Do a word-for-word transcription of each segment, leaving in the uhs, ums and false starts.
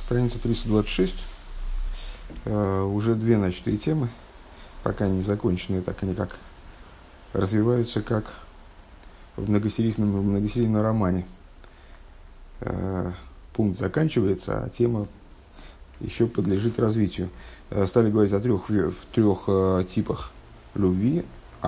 Страница триста двадцать шесть. Э, уже две начатые темы, пока не законченные, так они как развиваются, как в многосерийном, в многосерийном романе. Э, пункт заканчивается, а тема еще подлежит развитию. Э, стали говорить о трех, в трех э, типах любви.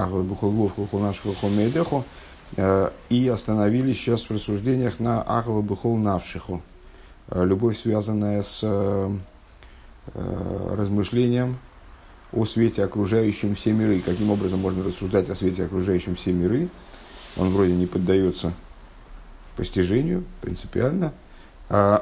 И остановились сейчас в рассуждениях на Ахва Бухол Навшиху. Любовь, связанная с э, размышлением о свете, окружающем все миры. Каким образом можно рассуждать о свете, окружающем все миры? Он вроде не поддается постижению принципиально. А,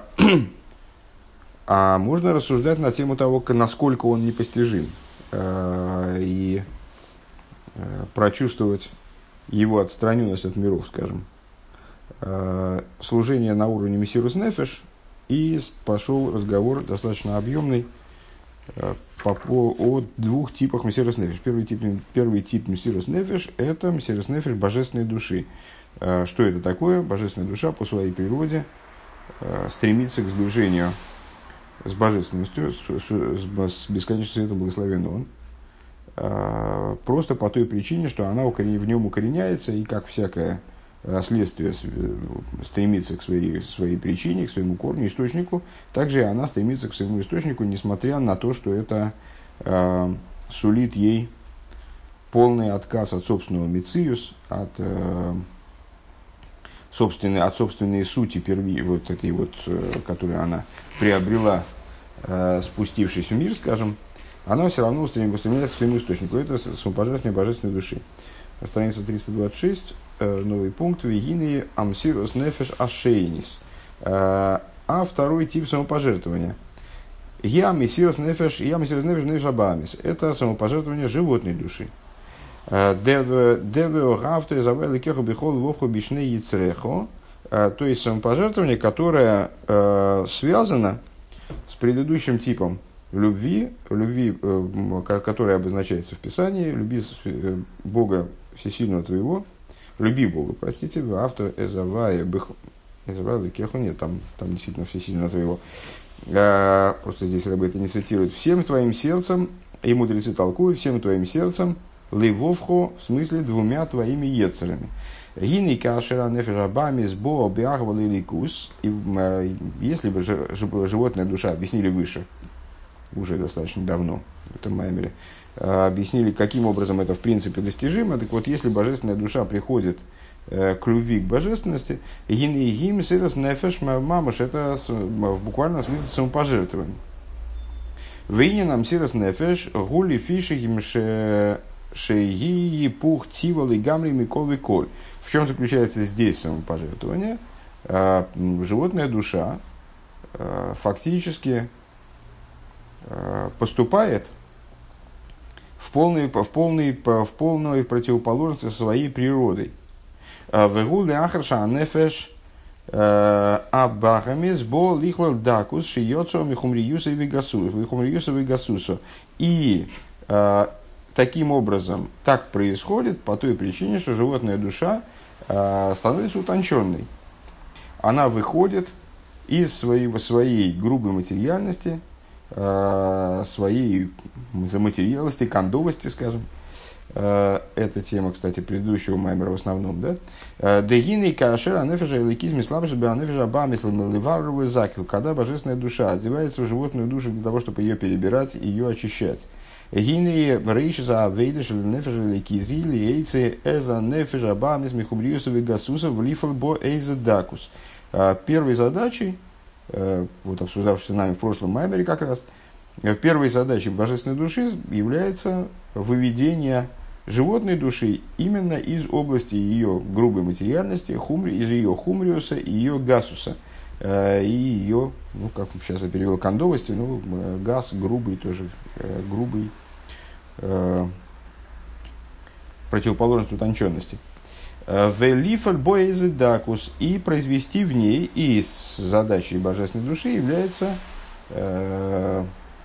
а можно рассуждать на тему того, насколько он непостижим. А, и а, прочувствовать его отстраненность от миров, скажем. А, служение на уровне Месирус Нефеш. И пошел разговор достаточно объемный по, по, о двух типах Месирус Нефеш. Первый тип, первый тип Месирус Нефеш – это Месирус Нефеш божественной души. Что это такое? Божественная душа по своей природе стремится к сближению с божественностью, с, с, с бесконечным светом благословен он. Просто по той причине, что она в нем укореняется, и как всякое следствие стремится к своей, своей причине, к своему корню, источнику, также и она стремится к своему источнику, несмотря на то, что это э, сулит ей полный отказ от собственного мециус, от, э, собственной, от собственной сути первой, вот этой вот, э, которую она приобрела, э, спустившись в мир, скажем, она все равно устремляется к своему источнику. Это самопожертвование божественной души. Страница триста двадцать шесть. Новый пункт «Вегины амсирус нефеш ашейнис». А второй тип самопожертвования. «Я амсирус нефеш, я амсирус нефеш нефеш абамис». Это самопожертвование животной души. «Девео гавто изавай лекехо бихол вохо бишне яцрехо». То есть самопожертвование, которое э, связано с предыдущим типом любви, любви, э, которая обозначается в Писании, «Люби Бога всесильного твоего». Люби Бога, простите, автор Эзавая Бэх... Эзавая Кеху, нет, там, там действительно все сильно твоего. А, просто здесь рабы это не цитируют. Всем твоим сердцем, и мудрецы толкуют, всем твоим сердцем, левовхо, в смысле двумя твоими ецерами. Гини кашера нефежабами сбо биахвал или кус. И если бы животная душа, объяснили выше, уже достаточно давно, в этом маймере, объяснили, каким образом это в принципе достижимо. Так вот, если божественная душа приходит э, к любви, к божественности, гин сирос нефеш мамаш, это в буквальном смысле самопожертвование. Вейни нам сирос нефеш гули фиши гим шеи пух тивал и гамри микол виколь. В чем заключается здесь самопожертвование? Э, животная душа э, фактически э, поступает в полной, в полной, в полной противоположности со своей природой. Вегули ахарша нефеш абахамис бол лихлал дакус шиёцо михумриюса вигасусо. И таким образом так происходит по той причине, что животная душа становится утонченной. Она выходит из своей, своей грубой материальности, своей заматериалости, кондовости, скажем. Эта тема, кстати, предыдущего маймера в основном, да? Дегины кашера нефежа эликизми слабше бы нефежа бамисл меливаровый закив, когда божественная душа одевается в животную душу для того, чтобы ее перебирать и ее очищать. Гины рейшиза авейдеш нефежа эликизили эйцы эза нефежа бамис михубриусовый гасусов влифал бо эйза дакус. Первой задачей, вот обсуждавшись с нами в прошлом маймере как раз, первой задачей божественной души является выведение животной души именно из области ее грубой материальности, хумри, из ее хумриуса и ее гасуса. И ее, ну как сейчас я перевел, кондовости, ну гас грубый тоже, грубый, противоположность утонченности. Велифаль боэзедакус, и произвести в ней, и задачей божественной души является э,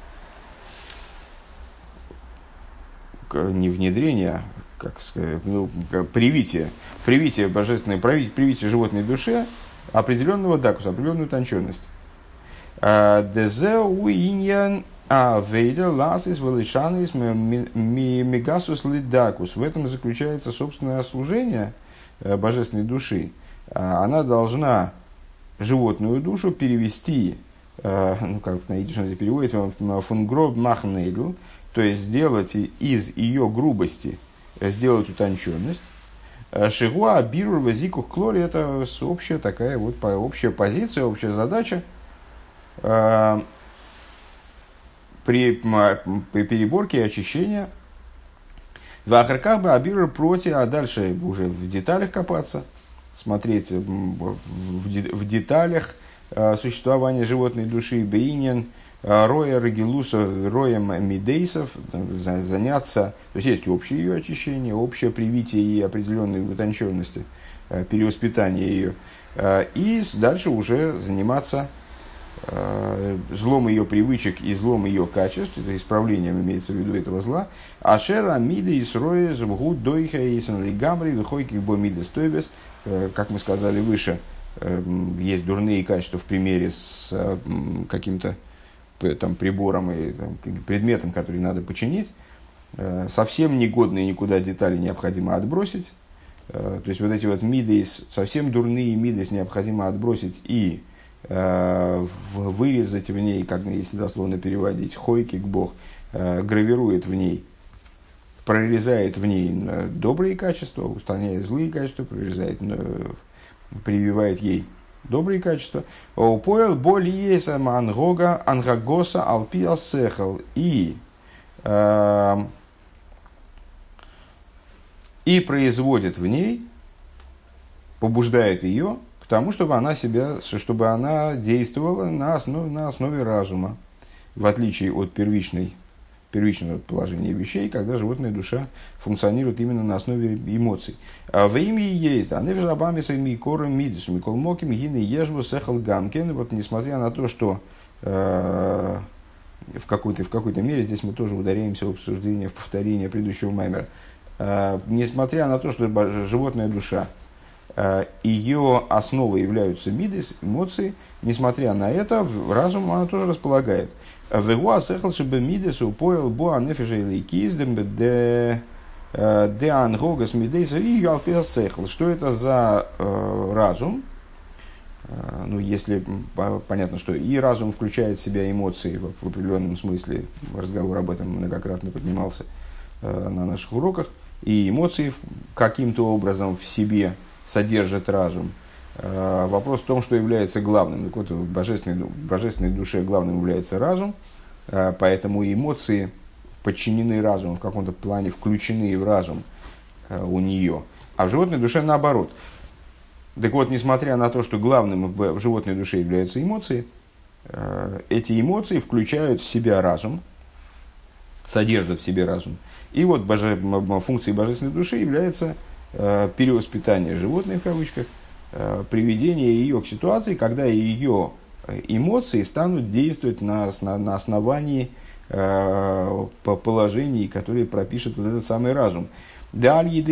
не внедрение, как сказать, ну, привитие, привитие божественной, привитие животной душе определенного дакуса, определенную утонченность. Дезе уиньян а вейда ласис велишанис мегасус лидакус. В этом заключается собственное служение божественной души. Она должна животную душу перевести, ну как на идиш переводит, фунгроб махнейдл, то есть сделать из ее грубости, сделать утонченность. Шигуа бирур вазикух клори — это общая такая вот общая позиция, общая задача при, при переборке и очищении. В ахарках бы абирур проти, а дальше уже в деталях копаться, смотреть в, в, в деталях существования животной души, бейнин, роя регилуса, роем мидейсов, заняться, то есть есть общее ее очищение, общее привитие и определенной утонченности, перевоспитание ее, и дальше уже заниматься злом ее привычек и злом ее качеств, это исправлением имеется в виду этого зла. Ашера миды и сроя зубгут дойха и санлигамри выхойки бо миды стойбес, как мы сказали выше, есть дурные качества в примере с каким-то там прибором и там, предметом, который надо починить, совсем негодные никуда детали необходимо отбросить. То есть вот эти вот мидейс, совсем дурные мидейс необходимо отбросить и вырезать в ней, как если дословно переводить, хойкик Бог, гравирует в ней, прорезает в ней добрые качества, устраняет злые качества, прорезает, прививает ей добрые качества. Поэл болиеса мангога ангагоса алпиал сехал. И и производит в ней, побуждает ее к тому, чтобы она себя, чтобы она действовала на основе, на основе разума, в отличие от первичной, первичного положения вещей, когда животная душа функционирует именно на основе эмоций. В имя есть, а не в жабаме сами кором мидис, микол моким гины ежбу сехал гамкен. Вот несмотря на то, что э, в какой-то в какой-то мере здесь мы тоже ударяемся в обсуждение, в повторение предыдущего маймера. Э, несмотря на то, что животная душа, э, ее основой являются мидис, эмоции, несмотря на это, разум она тоже располагает. Вегуа сехал шибе мидис упоил боа нефиша или киздем де де ангогас мидейса и алпиас сехал. Что это за э, разум? Э, ну, если понятно, что и разум включает в себя эмоции в, в определенном смысле, разговор об этом многократно поднимался э, на наших уроках, и эмоции каким-то образом в себе содержит разум. Вопрос в том, что является главным. Так вот, в божественной, в божественной душе главным является разум, поэтому эмоции подчинены разуму, в каком-то плане включены в разум у нее. А в животной душе наоборот. Так вот, несмотря на то, что главным в животной душе являются эмоции, эти эмоции включают в себя разум, содержат в себе разум. И вот боже, функцией божественной души является перевоспитание животных, в кавычках, приведение ее к ситуации, когда ее эмоции станут действовать на, на, на основании э, положений, которые пропишет вот этот самый разум. Благодаря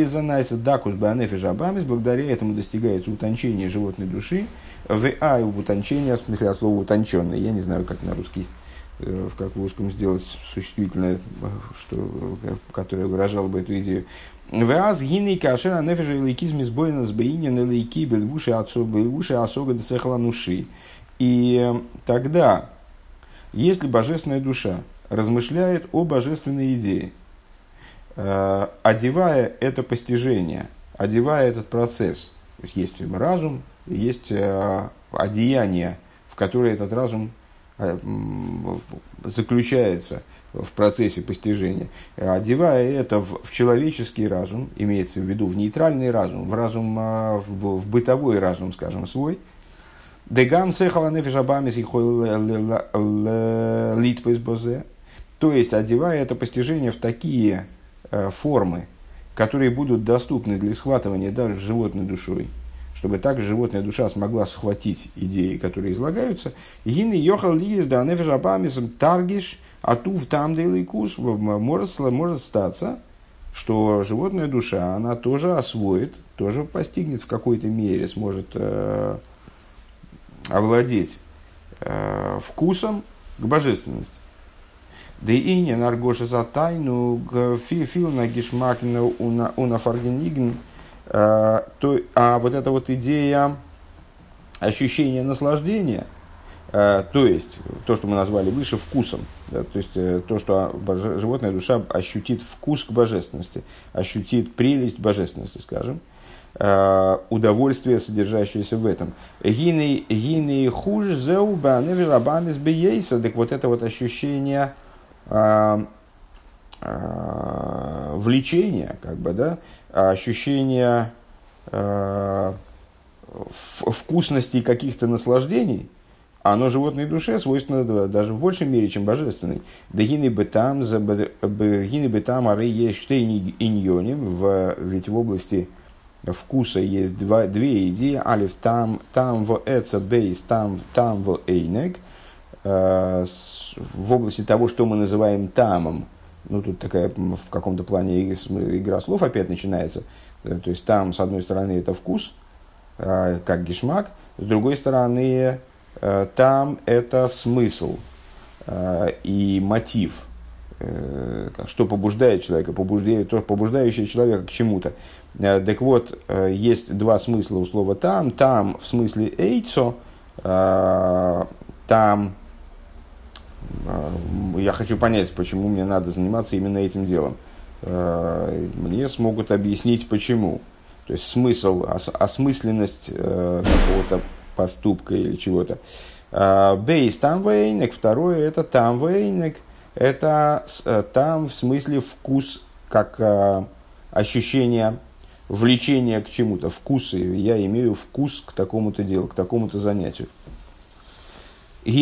этому достигается утончение животной души, в а утончение, в смысле от слова утонченный. Я не знаю, как на русский, в как в русском сделать существительное, что, которое выражало бы эту идею. Ваз гиней кашера нефежа иликизм избойна с бейнин илики бельвуши осога десехлануши. И тогда, если божественная душа размышляет о божественной идее, одевая это постижение, одевая этот процесс, то есть есть разум, есть одеяние, в которое этот разум заключается в процессе постижения, одевая это в, в человеческий разум, имеется в виду в нейтральный разум, в разум, в, в бытовой разум, скажем, свой, дегам сехала нефишабамис и литпес бозе, то есть одевая это постижение в такие э, формы, которые будут доступны для схватывания даже животной душой, чтобы также животная душа смогла схватить идеи, которые излагаются. Гины йохал лиес да нефишабамис таргиш. А ту в там дейлайкус может, может статься, что животная душа, она тоже освоит, тоже постигнет в какой-то мере, сможет э, овладеть э, вкусом к божественности. Да и не наргоша за тайну фил на гишмакина унафаргенигн. А вот эта вот идея ощущения наслаждения, то есть то, что мы назвали выше вкусом, да, то есть то, что животная душа ощутит вкус к божественности, ощутит прелесть божественности, скажем, удовольствие, содержащееся в этом. Гины гины хуж зеуба невирабамис бейса. Так вот это вот ощущение а, а, влечения, как бы, да, ощущение а, вкусности каких-то наслаждений, оно животной душе свойственно даже в большей мере, чем божественной. Гины бы там, гины бы там, ары есть штейни иньоним, ведь в области вкуса есть два, две идеи. Алиф там, там в эца бейс, там, там в эйнег. Э, в области того, что мы называем тамом. Ну, тут такая в каком-то плане игра слов опять начинается. То есть там, с одной стороны, это вкус, э, как гешмак. С другой стороны, э, там это смысл э, и мотив. Что побуждает человека, побуждает, то, побуждающее человека к чему-то. Так вот, есть два смысла у слова «там». «Там» в смысле «эйцо», «там» я хочу понять, почему мне надо заниматься именно этим делом. Мне смогут объяснить, почему. То есть смысл, осмысленность какого-то поступка или чего-то. «Бейс там вейнек», второе – это «там вейнек». Это там в смысле вкус, как э, ощущение влечения к чему-то, вкусы. Я имею вкус к такому-то делу, к такому-то занятию. И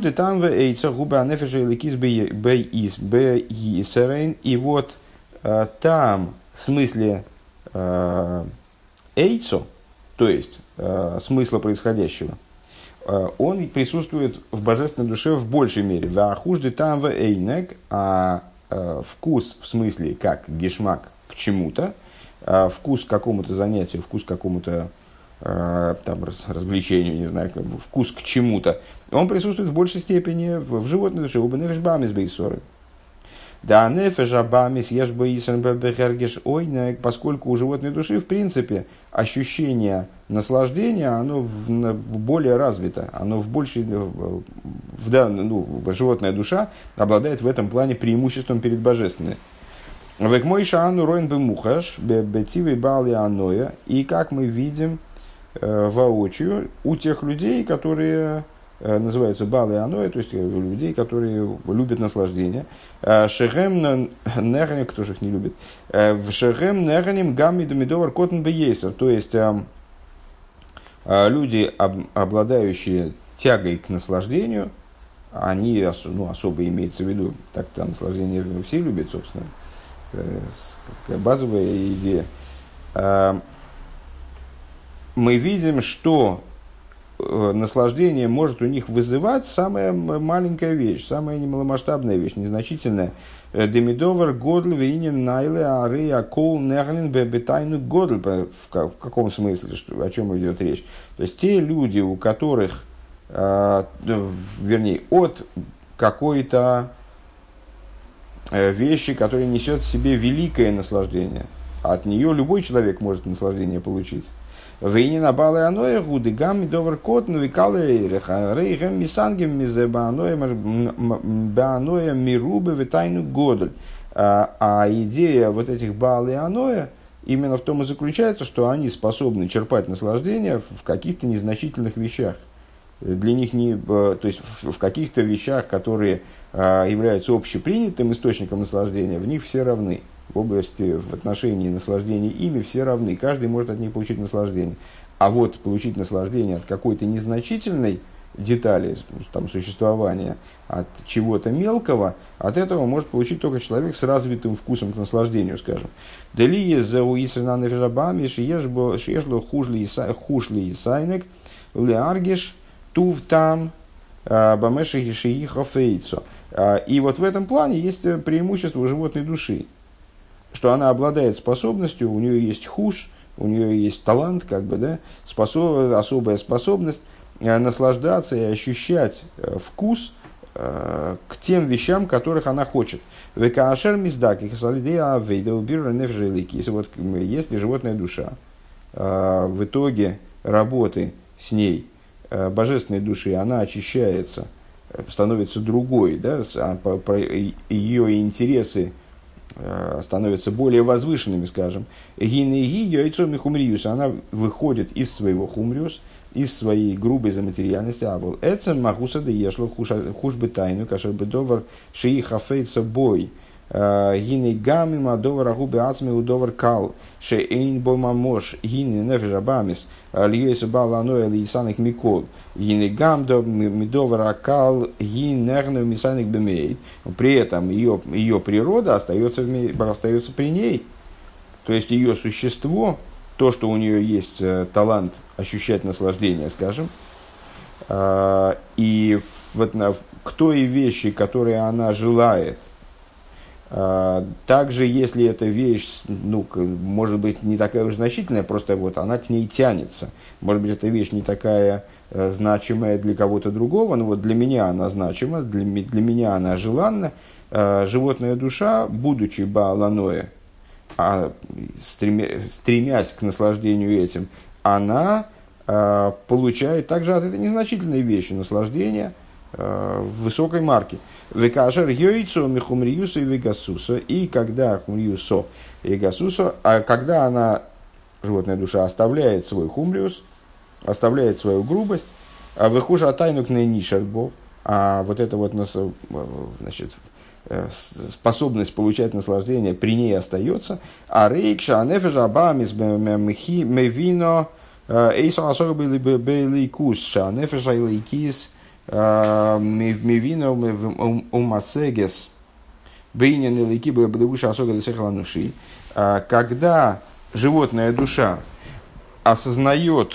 вот э, там в смысле э, эйцо, то есть э, смысла происходящего, он присутствует в божественной душе в большей мере. Вахужды там в эйнек, а вкус в смысле как гешмак к чему-то, вкус к какому-то занятию, вкус к какому-то там, развлечению, не знаю, вкус к чему-то, он присутствует в большей степени в животной душе. Оба нефеш бамис бейсоры. Да, нефеша бамис еш бейсен бехергеш ойнек, поскольку у животной души, в принципе, ощущение наслаждения, оно в, в более развито, оно в большей, в, в, ну, животная душа обладает в этом плане преимуществом перед божественной. Век мой шаану роин бемухаш бетивей бали аноя, и как мы видим э, воочию у тех людей, которые э, называются бали аноя, то есть у людей, которые любят наслаждение. Шехем нерганим, кто же их не любит? В шехем нерганим гамми домидовар котен бейсер, то есть э, люди, обладающие тягой к наслаждению, они, ну, особо имеется в виду, так-то наслаждение все любят, собственно, это такая базовая идея. Мы видим, что наслаждение может у них вызывать самая маленькая вещь, самая немаломасштабная вещь, незначительная. Демидовар годль винин найле ары акол нерлин бебетайну годль. В каком смысле, о чем идет речь? То есть те люди, у которых, э, вернее, от какой-то вещи, которая несет в себе великое наслаждение, от нее любой человек может наслаждение получить. Вейнина балы аноя гуды гамми довар кот навикалы эйреха рейгем мисангем мизе бааноя бааноя мирубы витайну годль. А идея вот этих балы аноя именно в том и заключается, что они способны черпать наслаждение в каких-то незначительных вещах. Для них не, то есть в каких-то вещах, которые являются общепринятым источником наслаждения, в них все равны. В области, в отношении наслаждения ими все равны. Каждый может от них получить наслаждение. А вот получить наслаждение от какой-то незначительной детали там, существования, от чего-то мелкого, от этого может получить только человек с развитым вкусом к наслаждению, скажем. Делие зауисрна нефежабами шешло хушли и сайнек леаргиш тув там бамеши шиихо фейцо. И вот в этом плане есть преимущество у животной души, что она обладает способностью, у нее есть хуш, у нее есть талант, как бы, да, способ, особая способность наслаждаться и ощущать вкус к тем вещам, которых она хочет. Векаашер миздак их солидея авейда убира нефжелики. Вот если животная душа в итоге работы с ней божественной души, она очищается, становится другой, да, ее интересы становятся более возвышенными, скажем. Она выходит из своего хумриус, из своей грубой заматериальности. А вот это магуса да ешло хуш бы тайну, кашер бы довар шии хафейца бой. Гини гами мадовар агубы ацми удовар кал шейн бомамош гини нефежабамис льёйся баланоя лисаник микол гини гам до медовар акал гин нерну мисаник бемей. При этом ее, ее природа остается, остается при ней. То есть ее существо, то, что у нее есть талант ощущать наслаждение, скажем, и в, к той вещи, которые она желает. Также, если эта вещь, ну, может быть, не такая уж значительная, просто вот она к ней тянется. Может быть, эта вещь не такая значимая для кого-то другого, но вот для меня она значима, для, для меня она желанна. Животная душа, будучи бааланоэ, а стремя, стремясь к наслаждению этим, она э, получает также от этой незначительной вещи наслаждение э, высокой марки. Векашер йойцо михумриюсо и вегасусо. И когда хумриюсо и вегасусо, а когда она, животная душа, оставляет свой хумриус, оставляет свою грубость, а выхожа тайну к нейнишербо, а вот это вот, значит, способность получать наслаждение при ней остается. А рейкша анефежа бамис мевино эйсо асор бейликус ша анефежа иликис мевино умасегес бейнен илики бейликуша асор десехалануши. Когда животная душа осознает,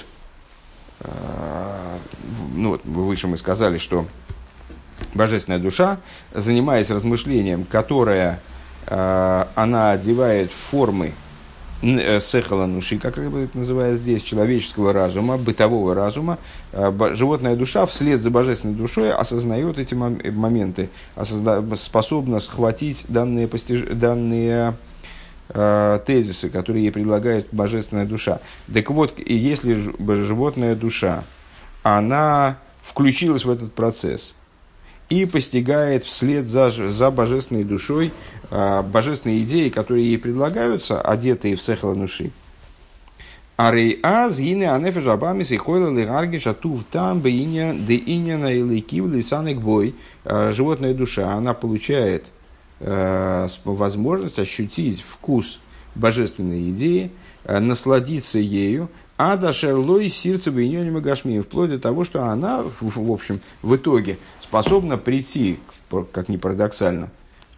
ну вот выше мы сказали, что божественная душа, занимаясь размышлением, которое э, она одевает в формы э, сехалануши, как это называется здесь, человеческого разума, бытового разума, э, животная душа вслед за божественной душой осознает эти мом- моменты, осозна- способна схватить данные, постиж... данные э, тезисы, которые ей предлагает божественная душа. Так вот, если животная душа, она включилась в этот процесс, и постигает вслед за, за божественной душой э, божественные идеи, которые ей предлагаются, одетые в сехалануши. Арей аз гине анефеш абамис и хойла лигаргиш атув там бейня де иня на иликив лисанек бой. Животная душа, она получает э, возможность ощутить вкус божественной идеи, э, насладиться ею, а дашерлой сердце бейнёним и гашмием, вплоть до того, что она, в, в общем, в итоге способна прийти, как ни парадоксально,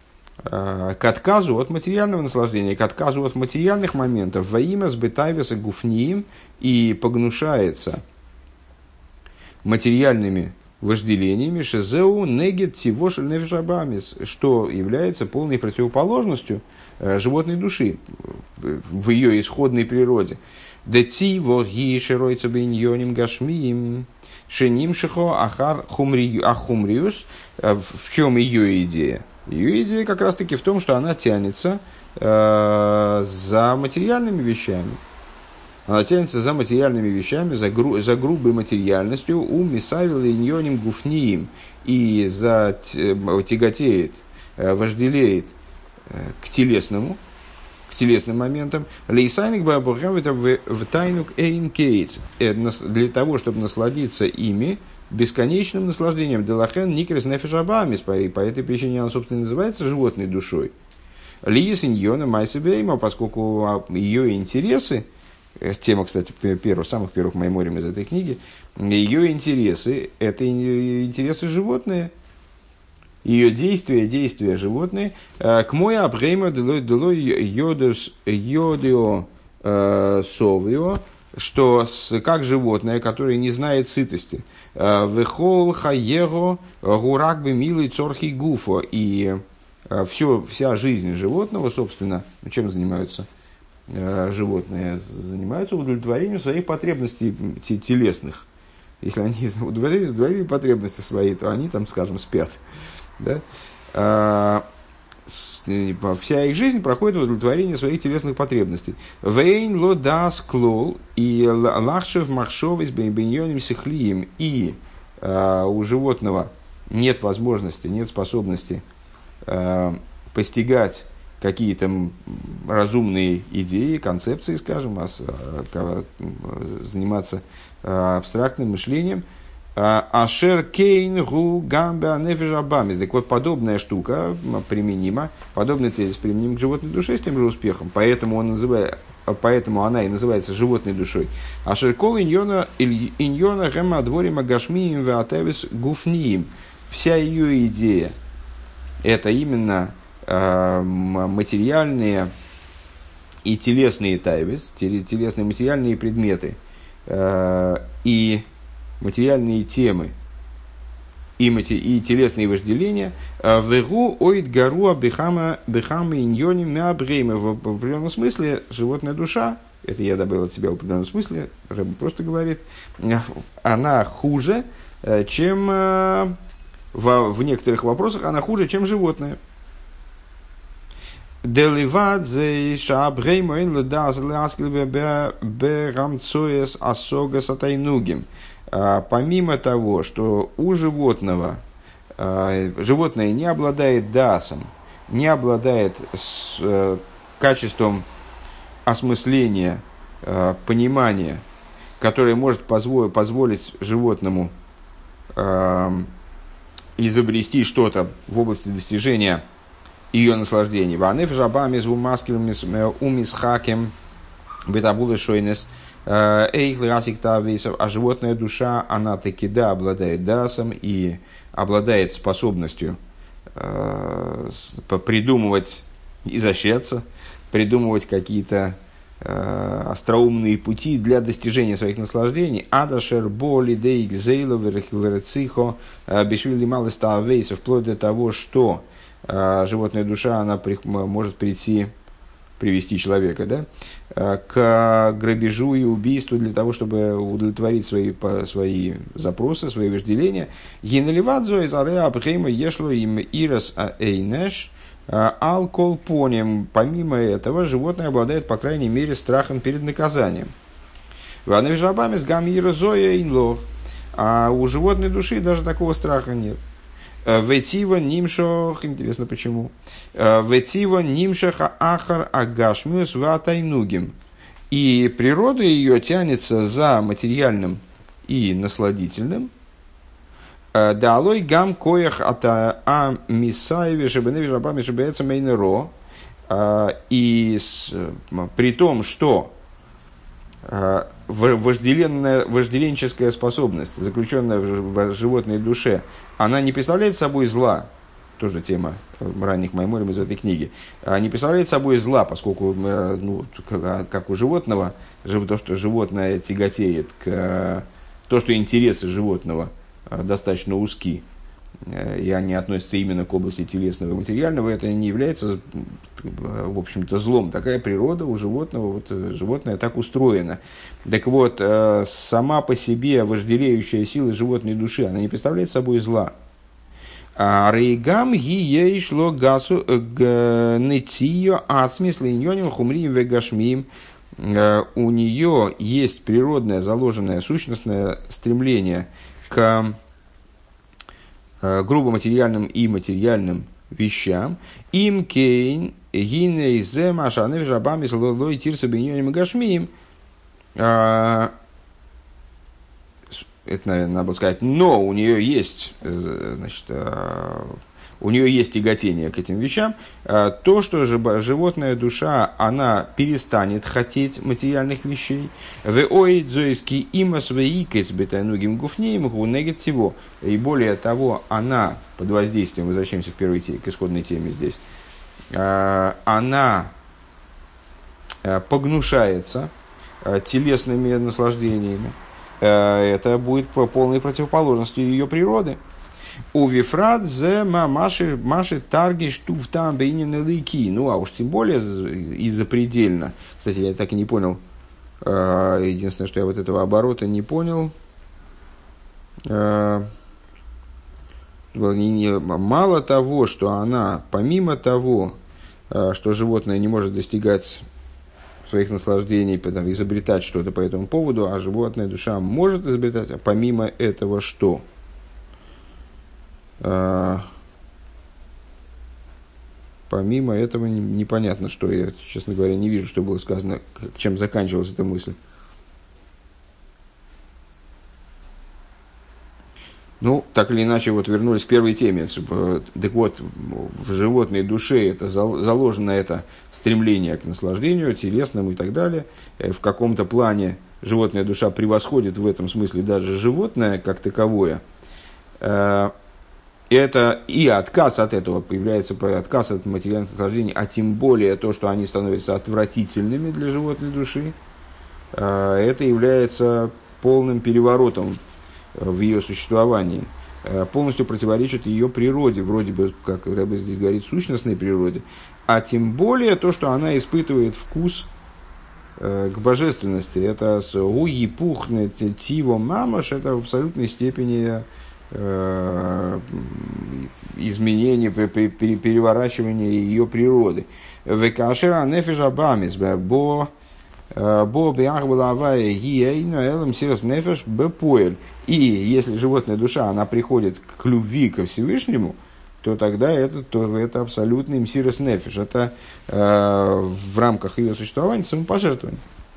к отказу от материального наслаждения, к отказу от материальных моментов, во имя сбытайвеса гуфниим, и погнушается материальными вожделениями, шезеу негет тивошель нефшабамис, что является полной противоположностью животной души в ее исходной природе. Детиво ги широйца биньоним гашмиим шеним шихо ахар ахумриус. В чем ее идея? Ее идея как раз таки в том, что она тянется э, за материальными вещами. Она тянется за материальными вещами, за, гру, за грубой материальностью, у мисавила и ньоним гуфниим, и за, тяготеет, вожделеет к телесному, к телесным моментам. Лейсайник бабухам это в тайнук эйн кейтс, для того, чтобы насладиться ими, бесконечным наслаждением. Делахен никрес нефешабамис, по этой причине она, собственно, называется животной душой. Лиес иньона майсебейма, поскольку ее интересы, тема, кстати, первых, самых первых майморим из этой книги, ее интересы, это интересы животные, ее действия, действия животные. К мой абрейма делой йодио совио, что с, как животное, которое не знает сытости. Вехол хаего гурак бы милый цорхи гуфо. И все, вся жизнь животного, собственно, чем занимаются животные? Занимаются удовлетворением своих потребностей телесных. Если они удовлетворили, удовлетворили потребности свои, то они там, скажем, спят. Да? А, с, вся их жизнь проходит в удовлетворении своих телесных потребностей. Вейн ло дас клол и лахшев махшов с бейбиньоним сихлием. И а, у животного нет возможности, нет способности а, постигать какие-то разумные идеи, концепции, скажем, заниматься абстрактным мышлением. Ашер кейн гу гамбе нефеш абамис. Так вот, подобная штука применима, подобный тезис применим к животной душе с тем же успехом. Поэтому, он называет, поэтому она и называется животной душой. Ашер кол иньона иньона гэма дворима гашмиим веатевис гуфниим. Вся ее идея – это именно материальные и телесные тайвис, телесные материальные предметы и материальные темы и, мати- и телесные вожделения вегу оид гаруа бехама бехама иньони мябрейма. В определенном смысле животная душа, это я добавил от себя в определенном смысле, Рэбби просто говорит, она хуже, чем в, в некоторых вопросах она хуже, чем животное. Деливадзе шабреймоин ледаз ляскилбе берамцоес асога сатайнугим. Помимо того, что у животного животное не обладает дасом, не обладает с, качеством осмысления, понимания, которое может позволить, позволить животному изобрести что-то в области достижения ее наслаждений. Ванеф жабами зу маским умисхакем бетабулы шойнес эйх ласиктависов. А животная душа, она таки да обладает дасом и обладает способностью э, придумывать, изощряться, придумывать какие-то э, остроумные пути для достижения своих наслаждений. Адашер боли дейк зейло верцихо бешвили малыставейсов, вплоть до того, что животная душа, она при, может прийти, привести человека, да, к грабежу и убийству для того, чтобы удовлетворить свои, свои запросы, свои вожделения. Генеливадзо из ареа абхейма ешло им ирас эйнеш алколпонем. Помимо этого, животное обладает, по крайней мере, страхом перед наказанием. Ваневжабами с гам ирозоя инлох. А у животной души даже такого страха нет. Ветива нимшох, интересно почему. Ветива нимшаха ахар агашмиус ватайнугим. И природа ее тянется за материальным и насладительным. Далой гам коях ата а мисаеве шебеневи жабами шебеется мейнеро. И при том, что вожделенная, вожделенческая способность, заключенная в животной душе, она не представляет собой зла, тоже тема ранних майморим из этой книги, не представляет собой зла, поскольку, ну, как у животного, то, что животное тяготеет к... То, что интересы животного достаточно узки, и они относятся именно к области телесного и материального, это не является, в общем-то, злом. Такая природа у животного, вот, животное так устроено. Так вот, сама по себе вожделеющая сила животной души, она не представляет собой зла. Рейгам гией шло гасу нетио от смысла иньоним хумрием вегашмием. У нее есть природное, заложенное, сущностное стремление к грубо материальным и материальным вещам. Им кейн гиней зе машанев жабами слой тирса биньоним гашмием. Это, наверное, надо было сказать, но у нее есть, значит, у нее есть тяготение к этим вещам. То, что животная душа, она перестанет хотеть материальных вещей. И более того, она под воздействием, возвращаемся к первой теме, к исходной теме здесь, она погнушается телесными наслаждениями. Это будет полной противоположностью ее природы. У Вифрат зе маши маши тарги штуф там бейнин лейки. Ну, а уж тем более и запредельно. Кстати, я так и не понял. Единственное, что я вот этого оборота не понял. э, мало того, что она, помимо того, э, что животное не может достигать своих наслаждений, потом, изобретать что-то по этому поводу, а животная душа может изобретать, а помимо этого что? Э, помимо этого непонятно, что я, честно говоря, не вижу, что было сказано, чем заканчивалась эта мысль. Ну, так или иначе, вот вернулись к первой теме. Так вот, в животной душе это заложено это стремление к наслаждению, телесному и так далее. В каком-то плане животная душа превосходит в этом смысле даже животное как таковое. Это и отказ от этого, появляется отказ от материальных наслаждений, а тем более то, что они становятся отвратительными для животной души, это является полным переворотом в ее существовании, полностью противоречит ее природе, вроде бы, как Рэбе здесь говорит, сущностной природе, а тем более то, что она испытывает вкус к божественности. Это с уи пухнет тиво мамаш, это в абсолютной степени изменения, переворачивания ее природы. Векашера нефеш абамис бо Бо биах была гиейну сирос нефеш бепоэль. И если животная душа, она приходит к любви ко Всевышнему, то тогда это, то это абсолютный мсирос нефеш. Это э, в рамках ее существования самопожертвование.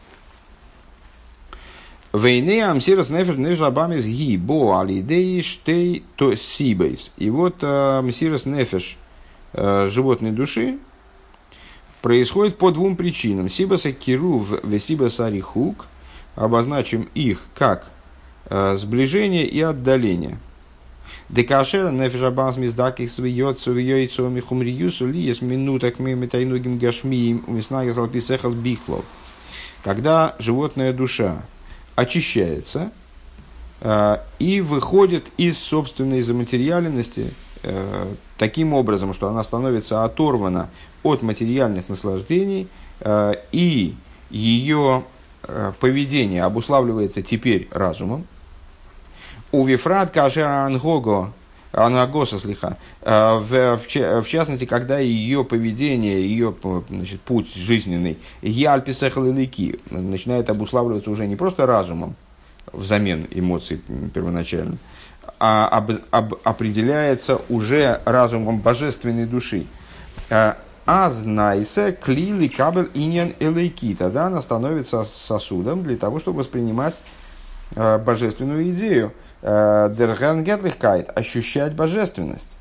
Вейне амсирос нефеш нефеш абамис ги бо алидей штей то сибейс. И вот э, мсирос нефеш э, животной души происходит по двум причинам. Сибаса кирув в сибаса рихук. Обозначим их как э, сближение и отдаление. Декашер нефешабас миздаких свиёцу вьёйцу михумриюсу ли есть минуток мимитайнугим гашмиим умиснагис алписехал бихлов. Когда животная душа очищается э, и выходит из собственной заматериальности э, таким образом, что она становится оторвана от материальных наслаждений, э, и ее э, поведение обуславливается теперь разумом. У Вифрат Кашера Ангого, Ангогоса слиха, в, в частности, когда ее поведение, ее, значит, путь жизненный, Ялписехалилики, начинает обуславливаться уже не просто разумом, взамен эмоций первоначально, а об, об, определяется уже разумом божественной души. Азнайсе клили кабель иньян элейки. Тогда она становится сосудом для того, чтобы воспринимать э, божественную идею. Дергангетлихкайт, ощущать божественность.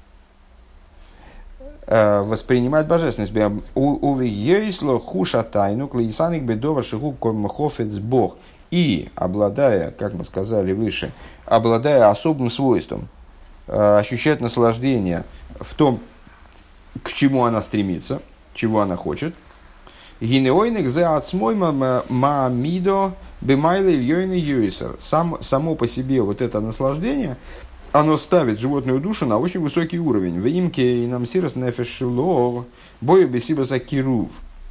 Э, воспринимать божественность. Увиейсло хуша тайну клеисаник бедова шигу комхофец бог. И, обладая, как мы сказали выше, обладая особым свойством э, ощущать наслаждение в том, к чему она стремится, чего она хочет. Гинеойник зе ацмой маамидо бемайле ильёйный юисер. Само по себе вот это наслаждение, оно ставит животную душу на очень высокий уровень. В имке и нам сирос нефешилов бою бесибаса кирув.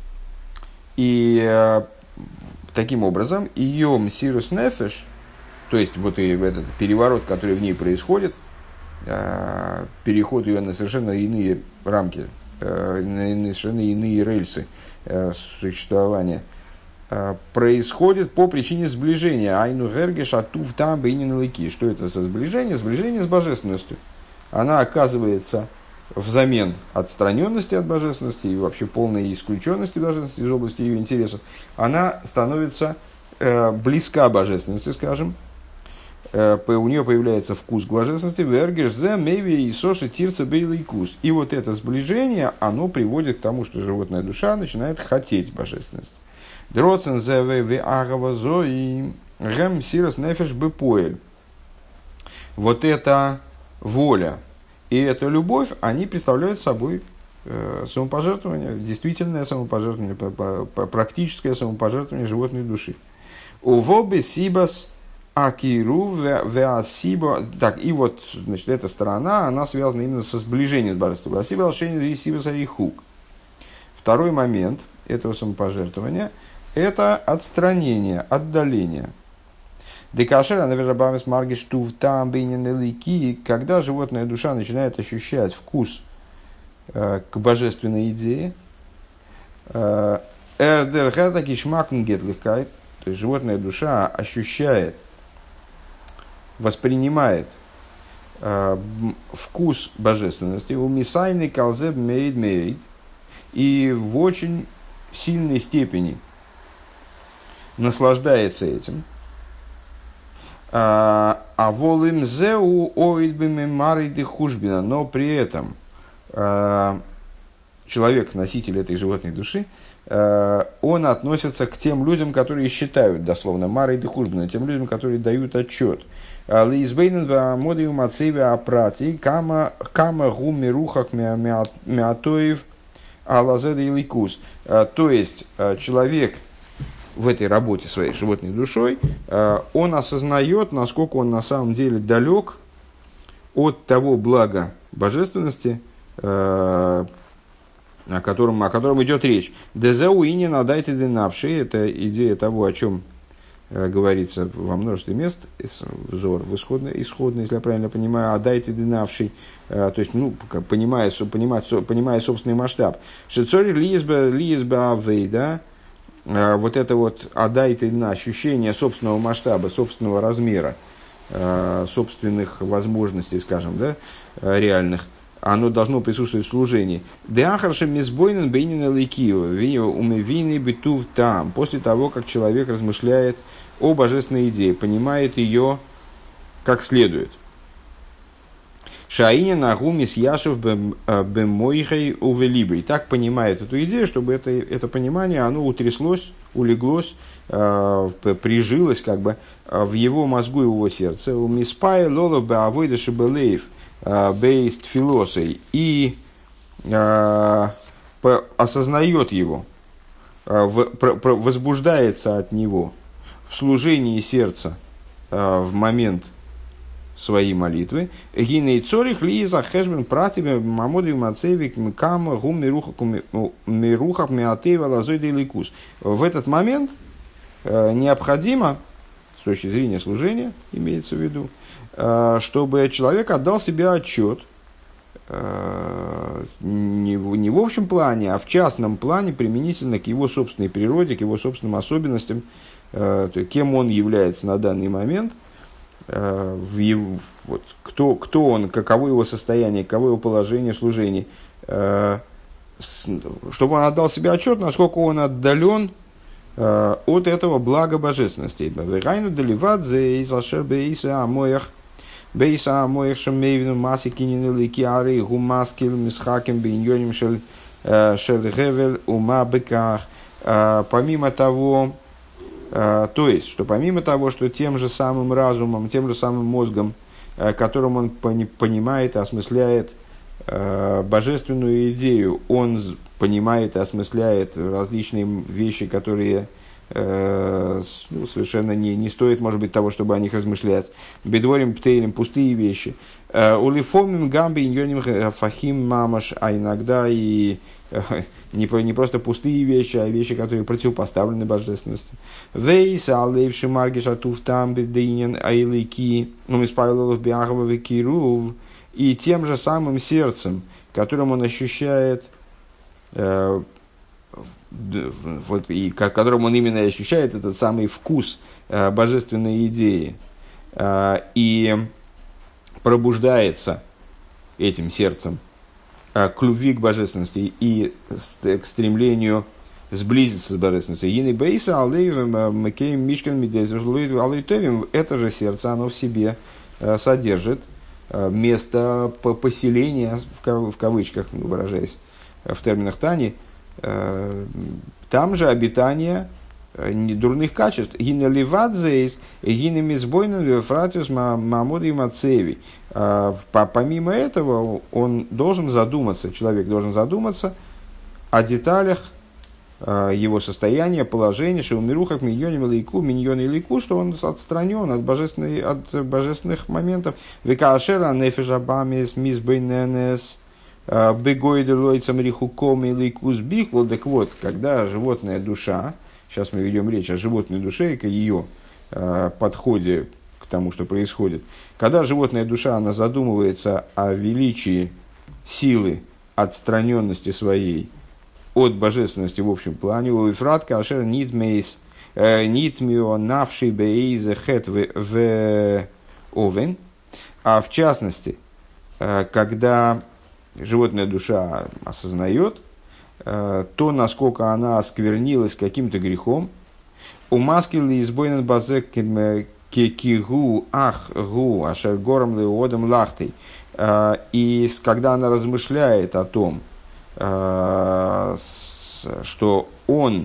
И э, таким образом ее мсирос нефеш, то есть вот и этот переворот, который в ней происходит, переход ее на совершенно иные рамки, на совершенно иные рельсы существования, происходит по причине сближения. Айну гергеш атув там бейнин лыки. Что это за сближение? Сближение с божественностью. Она оказывается взамен отстраненности от божественности и вообще полной исключенности божественности из области ее интересов. Она становится близка божественности, скажем. У нее появляется вкус к божественности, и вот это сближение, оно приводит к тому, что животная душа начинает хотеть божественность. Вот эта воля и эта любовь, они представляют собой самопожертвование, действительное самопожертвование, практическое самопожертвование животной души. Увобе сибас Акиру веасиба. Так, и вот, значит, эта сторона, она связана именно со сближением с божеством. Асиба алшейн и сиба сарихук. Второй момент этого самопожертвования – это отстранение, отдаление. Декашера, наверное, маргиш тув там бейненелики, когда животная душа начинает ощущать вкус э, к божественной идее, эрдер кишмакн гетлихкайт, то есть животная душа ощущает, воспринимает э, вкус божественности, у мисайны калзеб мейд мейд, и в очень сильной степени наслаждается этим. А волим зеу оидбими мариды хужбина, но при этом человек, носитель этой животной души, он относится к тем людям, которые считают, дословно, мариды хужбина, тем людям, которые дают отчет. Лизбейнен модиум ацеви апрати кама кама гуми рухах миатоев алазеда и ликус. То есть человек в этой работе своей животной душой, он осознает, насколько он на самом деле далек от того блага божественности, о котором, о котором идет речь. Дезауини надайте денавши, это идея того, о чем говорится во множестве мест, взор в исходной, исходной, если я правильно понимаю, адайте денавший, то есть, ну, понимая, понимая, понимая собственный масштаб. Шицори лизба лизба авейда, вот это вот адайте на ощущение собственного масштаба, собственного размера, собственных возможностей, скажем, да, реальных, оно должно присутствовать в служении. После того, как человек размышляет о божественной идее, понимает ее как следует. Шаиня нагумис яшев бемойхей увелибри. Так понимает эту идею, чтобы это, это понимание, оно утряслось, улеглось, э, прижилось как бы в его мозгу и в его сердце. У миспай лолов беавойда шебелеев бейст филосой. И э, осознает его, э, в, про, про, возбуждается от него в служении сердца э, в момент своей молитвы. Гиней цорих ли за хэшбен пратибе мамоду мацевик мкам гум мирухах миатева лазойда и ликус. В этот момент э, необходимо, с точки зрения служения, имеется в виду, э, чтобы человек отдал себе отчет э, не, в, не в общем плане, а в частном плане, применительно к его собственной природе, к его собственным особенностям, э, то, кем он является на данный момент, В его, вот, кто, кто он, каково его состояние, каково его положение в служении, э, с, чтобы он отдал себе отчет, насколько он отдален э, от этого блага божественности. Помимо того, то есть, что помимо того, что тем же самым разумом, тем же самым мозгом, которым он понимает и осмысляет божественную идею, он понимает и осмысляет различные вещи, которые ну, совершенно не, не стоит, может быть, того, чтобы о них размышлять. Бедворим птейлем, пустые вещи. Улифомим гамби иньоним фахим мамаш, а иногда и не, не просто пустые вещи, а вещи, которые противопоставлены божественности. Вейса алейвши маргиша туфтам бединен айлики, ну, испавилов биахова векирув, и тем же самым сердцем, которым он ощущает, э, вот, и которым он именно ощущает этот самый вкус э, божественной идеи, э, и пробуждается этим сердцем к любви к божественности и к стремлению сблизиться с божественностью. Йины бейса алейвем макеем мишкан мидезер алейтовим. Это же сердце, оно в себе содержит место поселения, в кавычках выражаясь в терминах Тани, там же обитание дурных качеств. Гина ливадзейс, гина мизбойнен фратиус мамоды и мацеви. Помимо этого, он должен задуматься, человек должен задуматься о деталях его состояния, положения, что умирухах миньоним лейку, миньон и лейку, что он отстранен от, от божественных моментов. Векаашера нефежабамес мизбойненес бегойде лойцам рихуком и лейку сбихло. Так вот, когда животная душа, сейчас мы ведем речь о животной душе, ее подходе к тому, что происходит. Когда животная душа, она задумывается о величии силы, отстраненности своей от божественности в общем плане, у Ифратка Ашер Нитмейс Нитмио Навши Бейзе Хет в Овен, а в частности, когда животная душа осознает то, насколько она осквернилась каким-то грехом, у маскили избойнен базек кекигу ах гу ашер гором леодом лахтой. И когда она размышляет о том, что он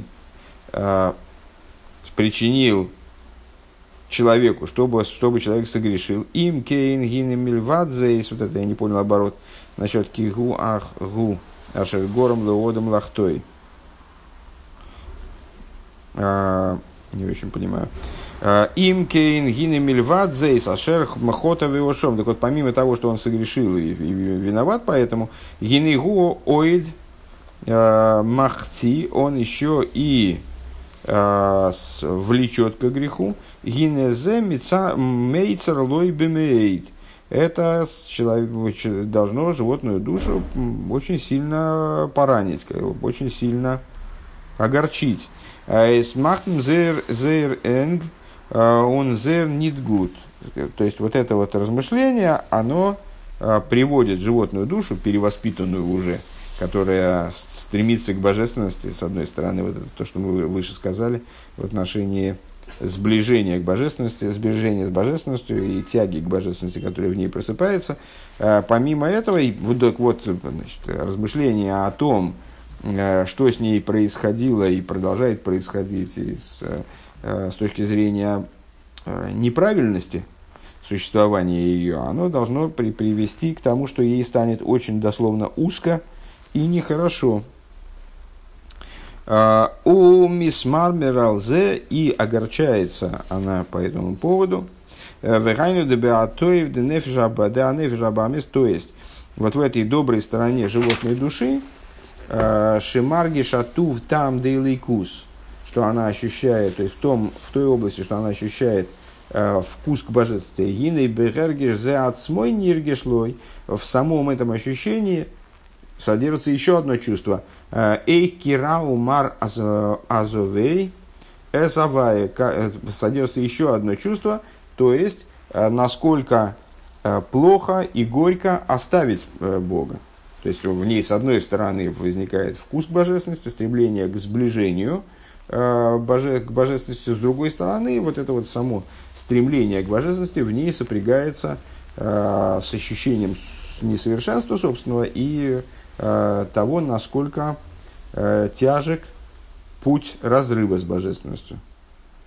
причинил человеку, чтобы, чтобы человек согрешил, им кейн гинем мильвадзейс, вот это я не понял оборот, насчет кигу ах гу ашер гором леодом лахтой. Не очень понимаю. Им кейн гинем мильвадзейс ашер махота веошом. Так вот, помимо того, что он согрешил и, и виноват, поэтому гинегу оид махци, он еще и Uh, с, влечет к греху. Гинезе мейцер лой бемейт. Это человек, должно животную душу очень сильно поранить, очень сильно огорчить. Смахтм зер зер энг он зер нит гуд. То есть вот это вот размышление, оно приводит животную душу, перевоспитанную уже, которая стремится к божественности, с одной стороны, вот это то, что мы выше сказали, в отношении сближения к божественности, сближения с божественностью и тяги к божественности, которая в ней просыпается. Помимо этого, вот, вот значит, размышления о том, что с ней происходило и продолжает происходить с, с точки зрения неправильности существования ее, оно должно при, привести к тому, что ей станет очень дословно узко и нехорошо. У мисс Мармералзе, и огорчается она по этому поводу. То есть, вот в этой доброй стороне животной души, шимарги шатув там дейлейкус, что она ощущает, то есть в, том, в той области, что она ощущает вкус к божественности, гиней бегергеш зе ацмой ниргешлой, в самом этом ощущении содержится еще одно чувство. Эйх кирау мар азовей эсавай. Содержится еще одно чувство, то есть насколько плохо и горько оставить Бога. То есть в ней с одной стороны возникает вкус к божественности, стремление к сближению к божественности, с другой стороны вот это вот само стремление к божественности в ней сопрягается с ощущением несовершенства собственного и того, насколько тяжек путь разрыва с божественностью.